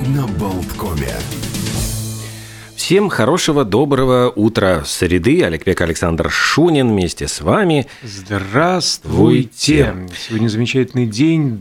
на Болткоме. Всем хорошего, доброго утра среды. Олег Пек, Александр Шунин вместе с вами. Здравствуйте. Сегодня замечательный день,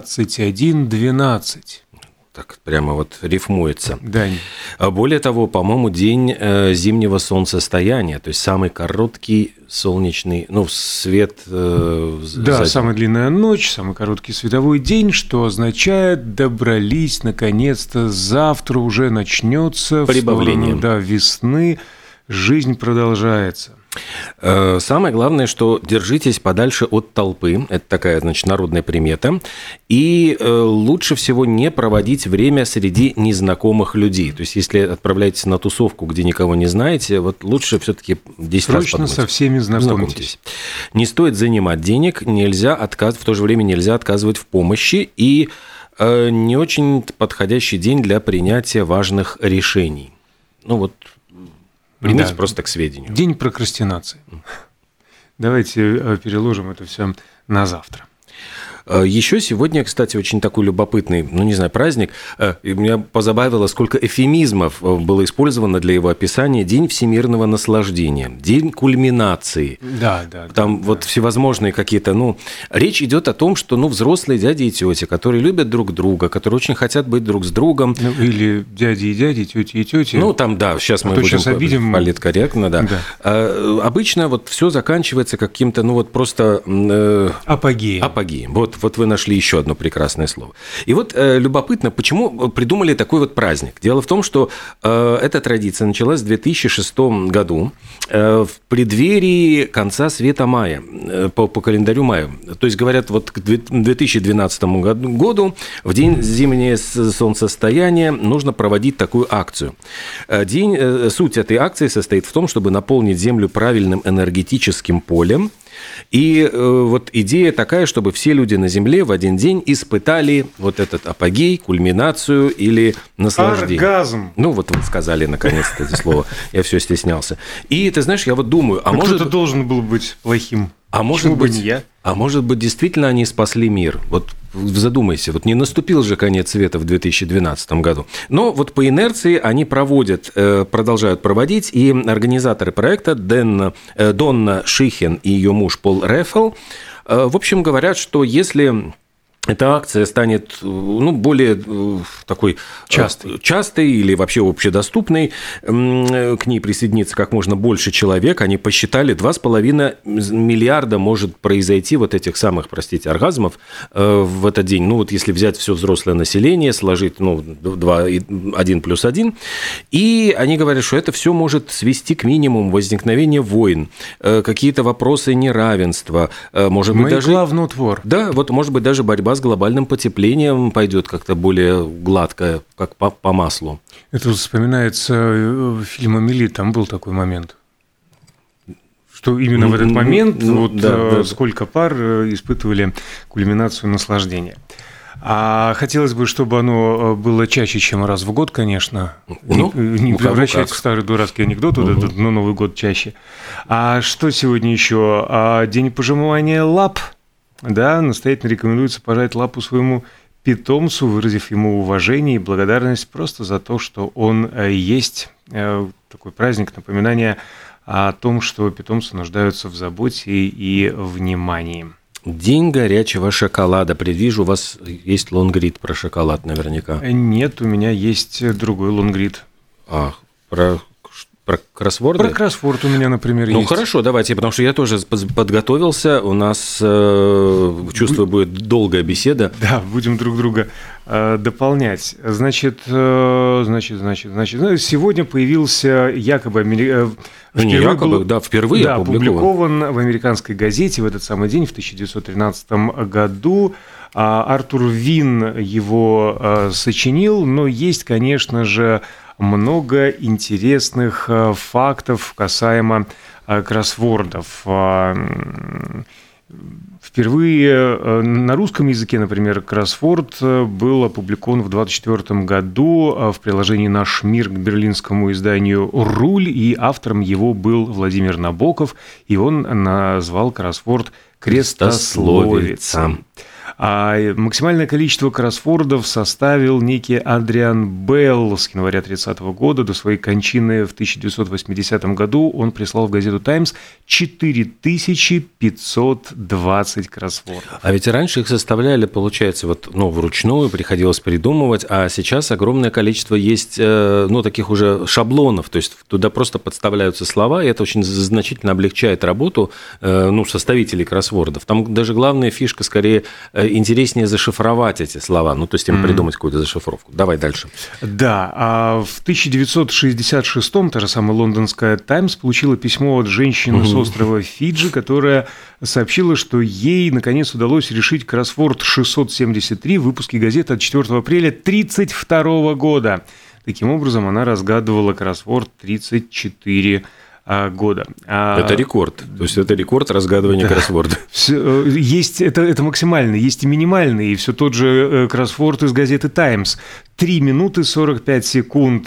21:12. Так прямо вот рифмуется. Да. Более того, по-моему, день зимнего солнцестояния, то есть самый короткий солнечный, свет. Да, самая длинная ночь, самый короткий световой день, что означает, добрались наконец-то, завтра уже начнется прибавление. Весны, жизнь продолжается. Самое главное, что держитесь подальше от толпы, это такая, народная примета, и лучше всего не проводить время среди незнакомых людей. То есть, если отправляетесь на тусовку, где никого не знаете, вот лучше все-таки 10 раз подумать. Срочно со всеми знакомьтесь. Не стоит занимать денег, в то же время нельзя отказывать в помощи, и не очень подходящий день для принятия важных решений. Примите просто к сведению. День прокрастинации. Давайте переложим это все на завтра. Еще сегодня, кстати, очень такой любопытный, праздник. Меня позабавило, сколько эвфемизмов было использовано для его описания. День всемирного наслаждения, день кульминации. Да. Там всевозможные какие-то, речь идет о том, что, взрослые дяди и тети, которые любят друг друга, которые очень хотят быть друг с другом. Или дяди и дяди, тети и тети. Сейчас мы будем обидим. Политкорректно, да. Обычно все заканчивается каким-то, просто... Апогеем. Вот вы нашли еще одно прекрасное слово. И любопытно, почему придумали такой праздник. Дело в том, что эта традиция началась в 2006 году, в преддверии конца света мая, по календарю мая. То есть, говорят, к 2012 году, в день зимнего солнцестояния, нужно проводить такую акцию. Суть этой акции состоит в том, чтобы наполнить Землю правильным энергетическим полем. И идея такая, чтобы все люди на Земле в один день испытали этот апогей, кульминацию или наслаждение. Оргазм. Вы сказали наконец-то это слово. Я все стеснялся. И ты знаешь, я думаю, кто-то должен был быть плохим. Может быть, действительно они спасли мир. Задумайся, не наступил же конец света в 2012 году. Но по инерции они продолжают проводить, и организаторы проекта Донна Шихен и ее муж Пол Реффел, в общем, говорят, что если... эта акция станет более такой частой или вообще общедоступной, к ней присоединится как можно больше человек. Они посчитали, 2,5 миллиарда может произойти этих самых, оргазмов в этот день. Если взять все взрослое население, сложить 1 плюс 1. И они говорят, что это все может свести к минимуму возникновения войн, какие-то вопросы неравенства. Может быть, даже... главнотвор. Да, может быть, даже борьба с глобальным потеплением пойдет как-то более гладко, как по маслу. Это вспоминается фильм «Амели», там был такой момент. Что именно в этот момент сколько пар испытывали кульминацию наслаждения. А хотелось бы, чтобы оно было чаще, чем раз в год, конечно. Не превращать в старый дурацкий анекдот, на Новый год чаще. А что сегодня еще? День пожимания лап. Да, настоятельно рекомендуется пожать лапу своему питомцу, выразив ему уважение и благодарность просто за то, что он есть. Такой праздник, напоминание о том, что питомцы нуждаются в заботе и внимании. День горячего шоколада. Предвижу, у вас есть лонгрид про шоколад наверняка. Нет, у меня есть другой лонгрид. Про кроссворды? Про кроссворд у меня, например, есть. Хорошо, давайте, потому что я тоже подготовился. У нас, чувствую, будет долгая беседа. Да, будем друг друга дополнять. Значит, сегодня появился впервые опубликован в американской газете в этот самый день, в 1913 году. Артур Вин его сочинил, но есть, конечно же, много интересных фактов касаемо кроссвордов. Впервые на русском языке, например, кроссворд был опубликован в 1924 году в приложении «Наш мир» к берлинскому изданию «Руль», и автором его был Владимир Набоков, и он назвал кроссворд «Крестословица». А максимальное количество кроссвордов составил некий Адриан Белл с января 30 года до своей кончины в 1980 году. Он прислал в газету «Таймс» 4520 кроссвордов. А ведь раньше их составляли, получается, вручную, приходилось придумывать, а сейчас огромное количество есть, таких уже шаблонов, то есть туда просто подставляются слова, и это очень значительно облегчает работу, составителей кроссвордов. Там даже главная фишка, скорее, интереснее зашифровать эти слова, то есть им придумать какую-то зашифровку. Давай дальше. Да, а в 1966-м та же самая лондонская «Таймс» получила письмо от женщины с острова Фиджи, которая сообщила, что ей, наконец, удалось решить кроссворд 673 в выпуске газеты от 4 апреля 1932 года. Таким образом, она разгадывала кроссворд 34 года. Это рекорд. То есть это рекорд разгадывания кроссворда. Есть, это максимально, есть и минимальный, и все тот же кроссворд из газеты «Таймс». 3 минуты 45 секунд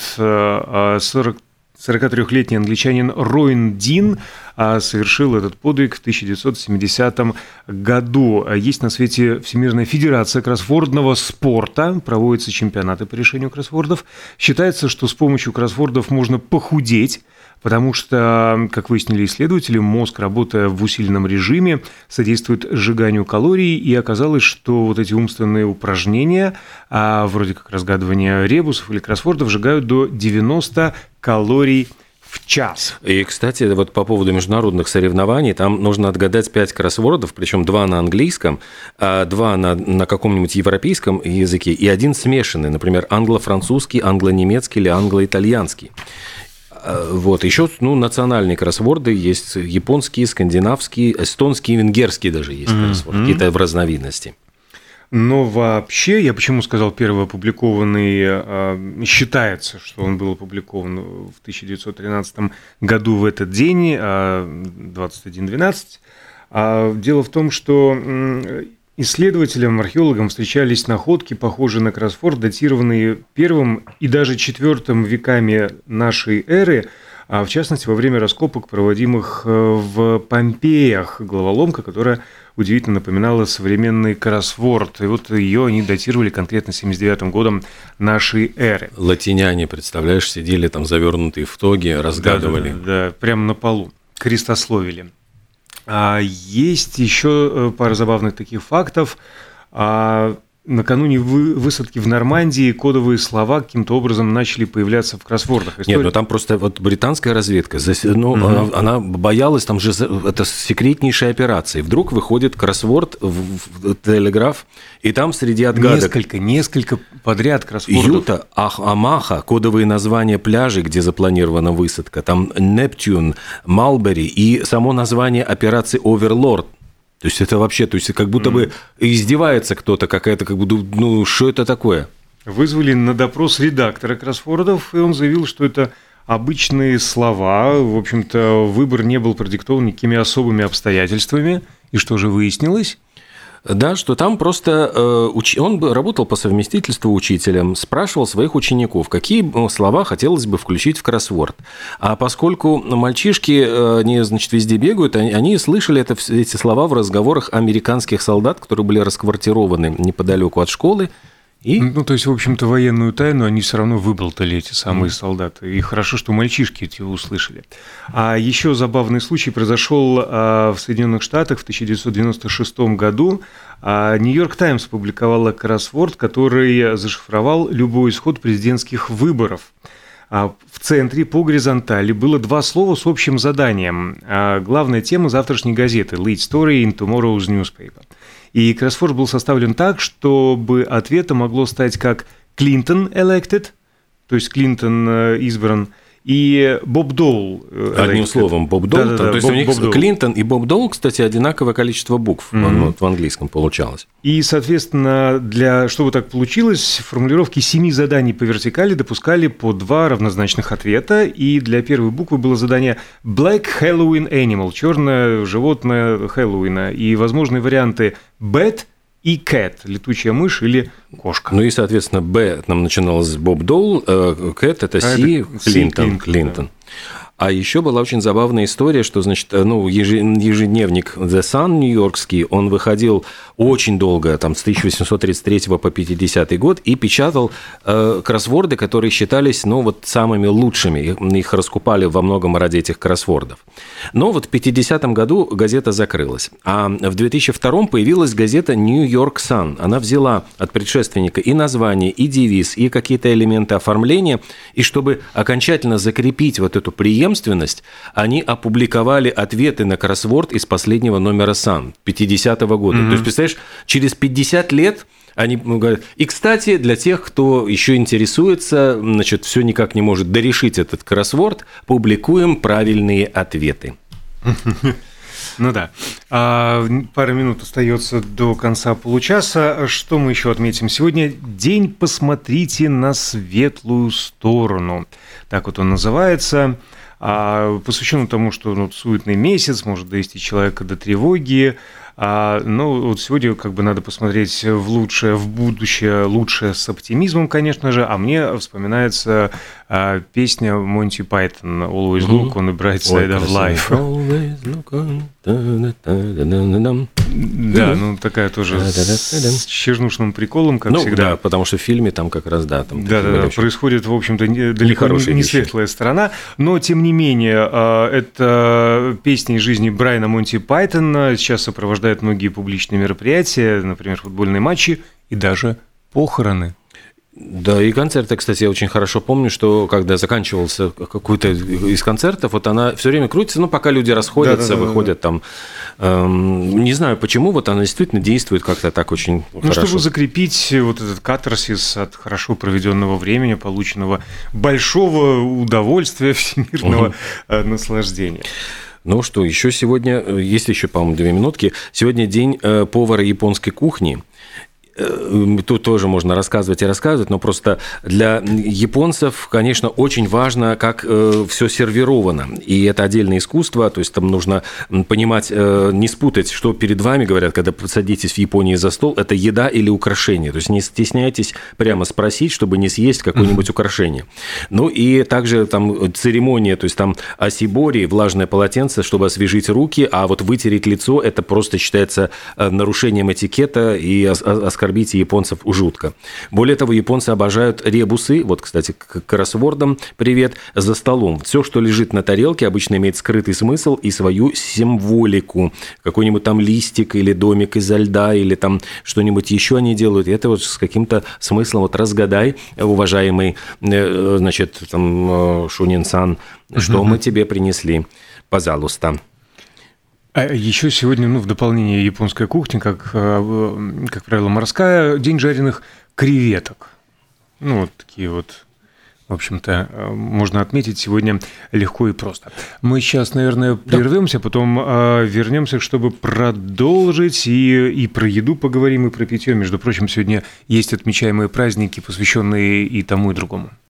43-летний англичанин Роин Дин совершил этот подвиг в 1970 году. Есть на свете Всемирная федерация кроссвордного спорта, проводятся чемпионаты по решению кроссвордов. Считается, что с помощью кроссвордов можно похудеть, потому что, как выяснили исследователи, мозг, работая в усиленном режиме, содействует сжиганию калорий, и оказалось, что вот эти умственные упражнения, вроде как разгадывания ребусов или кроссвордов, сжигают до 90 калорий в час. И, кстати, вот по поводу международных соревнований, там нужно отгадать 5 кроссвордов, причем 2 на английском, 2 на каком-нибудь европейском языке и 1 смешанный, например, англо-французский, англо-немецкий или англо-итальянский. Еще национальные кроссворды есть японские, скандинавские, эстонские, венгерские даже есть кроссворды, какие-то в разновидности. Но вообще, я почему сказал первый опубликованный, считается, что он был опубликован в 1913 году в этот день, 21:12. Дело в том, что исследователям, археологам встречались находки, похожие на кроссворд, датированные первым и даже IV веками нашей эры, в частности, во время раскопок, проводимых в Помпеях, головоломка, которая удивительно напоминала современный кроссворд. И вот ее они датировали конкретно 79 годом нашей эры. Латиняне, представляешь, сидели там завернутые в тоги, разгадывали. Да, прямо на полу, крестословили. Есть еще пара забавных таких фактов. Накануне высадки в Нормандии кодовые слова каким-то образом начали появляться в кроссвордах. Нет, там просто британская разведка, она боялась, там же это секретнейшая операция. И вдруг выходит кроссворд в телеграф, и там среди отгадок... Несколько подряд кроссвордов. Юта, Амаха, кодовые названия пляжей, где запланирована высадка, там Нептун, Малбери и само название операции «Оверлорд». То есть это вообще, как будто бы издевается кто-то, какая-то, как будто, что это такое? Вызвали на допрос редактора кроссвордов, и он заявил, что это обычные слова, в общем-то, выбор не был продиктован никакими особыми обстоятельствами. И что же выяснилось? Да, что там просто он работал по совместительству учителем, спрашивал своих учеников, какие слова хотелось бы включить в кроссворд. А поскольку мальчишки, они, везде бегают, они слышали эти слова в разговорах американских солдат, которые были расквартированы неподалеку от школы. То есть, в общем-то, военную тайну они все равно выболтали, эти самые солдаты. И хорошо, что мальчишки эти услышали. А еще забавный случай произошел в Соединенных Штатах в 1996 году. Нью-Йорк Таймс публиковала кроссворд, который зашифровал любой исход президентских выборов. В центре по горизонтали было 2 слова с общим заданием. Главная тема завтрашней газеты «Lead Story in Tomorrow's Newspaper». И кроссворд был составлен так, чтобы ответом могло стать как «Клинтон elected», то есть Клинтон избран, и Боб Доул. Одним словом, Боб Доул. Да, то есть у них Клинтон и Боб Доул, кстати, одинаковое количество букв в английском получалось. И, соответственно, чтобы так получилось, формулировки 7 заданий по вертикали допускали по 2 равнозначных ответа. И для первой буквы было задание Black Halloween Animal, черное животное Хэллоуина. И возможные варианты Bat и Cat, летучая мышь или кошка. И, соответственно, Б нам начиналось с Боб Доул, Cat – это Си, Клинтон. А еще была очень забавная история, что, значит, ежедневник The Sun нью-йоркский, он выходил очень долго, там, с 1833 по 50 год, и печатал кроссворды, которые считались, самыми лучшими. Их раскупали во многом ради этих кроссвордов. Но вот в 50-м году газета закрылась. А в 2002-м появилась газета New York Sun. Она взяла от предшественника и название, и девиз, и какие-то элементы оформления, и чтобы окончательно закрепить вот эту преемственность, они опубликовали ответы на кроссворд из последнего номера Sun 50-го года. То есть, представляешь, через 50 лет они говорят. И, кстати, для тех, кто еще интересуется, значит, все никак не может дорешить этот кроссворд, публикуем правильные ответы. Ну да. Пара минут остается до конца получаса. Что мы еще отметим? Сегодня день «Посмотрите на светлую сторону». Так вот он называется. Посвящен тому, что суетный месяц может довести человека до тревоги. Вот сегодня надо посмотреть в лучшее, в будущее, лучшее с оптимизмом, конечно же. А мне вспоминается песня Монти Пайтон «Always look on the bright side of life». Да, такая тоже с чернушным приколом, как всегда. Да, потому что в фильме там как раз, да. Да, происходит, в общем-то, далеко не светлая сторона, но, тем не менее, это песня из жизни Брайана Монти Пайтона, сейчас сопровождает многие публичные мероприятия, например, футбольные матчи и даже похороны. Да, и концерты, кстати, я очень хорошо помню, что когда заканчивался какой-то из концертов, вот она все время крутится, пока люди расходятся, выходят там. Не знаю почему, вот она действительно действует как-то так очень хорошо. Чтобы закрепить вот этот катарсис от хорошо проведенного времени, полученного большого удовольствия, всемирного наслаждения. Ну что, еще сегодня, есть еще, по-моему, 2 минутки, сегодня день повара японской кухни. Тут тоже можно рассказывать и рассказывать, но просто для японцев, конечно, очень важно, как все сервировано. И это отдельное искусство, то есть там нужно понимать, не спутать, что перед вами, говорят, когда садитесь в Японии за стол, это еда или украшение. То есть не стесняйтесь прямо спросить, чтобы не съесть какое-нибудь украшение. Ну и также там церемония, то есть там асибори, влажное полотенце, чтобы освежить руки, а вот вытереть лицо, это просто считается нарушением этикета и оскорблением японцев жутко. Более того, японцы обожают ребусы, вот, кстати, к кроссвордам привет, за столом. Все, что лежит на тарелке, обычно имеет скрытый смысл и свою символику. Какой-нибудь там листик или домик изо льда, или там что-нибудь еще они делают. И это вот с каким-то смыслом. Вот разгадай, уважаемый, значит, там, Шунин-сан, что мы тебе принесли. Пожалуйста. А еще сегодня, в дополнение японской кухни, как правило, морская, день жареных креветок. Вот такие вот, в общем-то, можно отметить сегодня легко и просто. Мы сейчас, наверное, прервемся, потом вернемся, чтобы продолжить, и про еду поговорим, и про питье. Между прочим, сегодня есть отмечаемые праздники, посвященные и тому, и другому.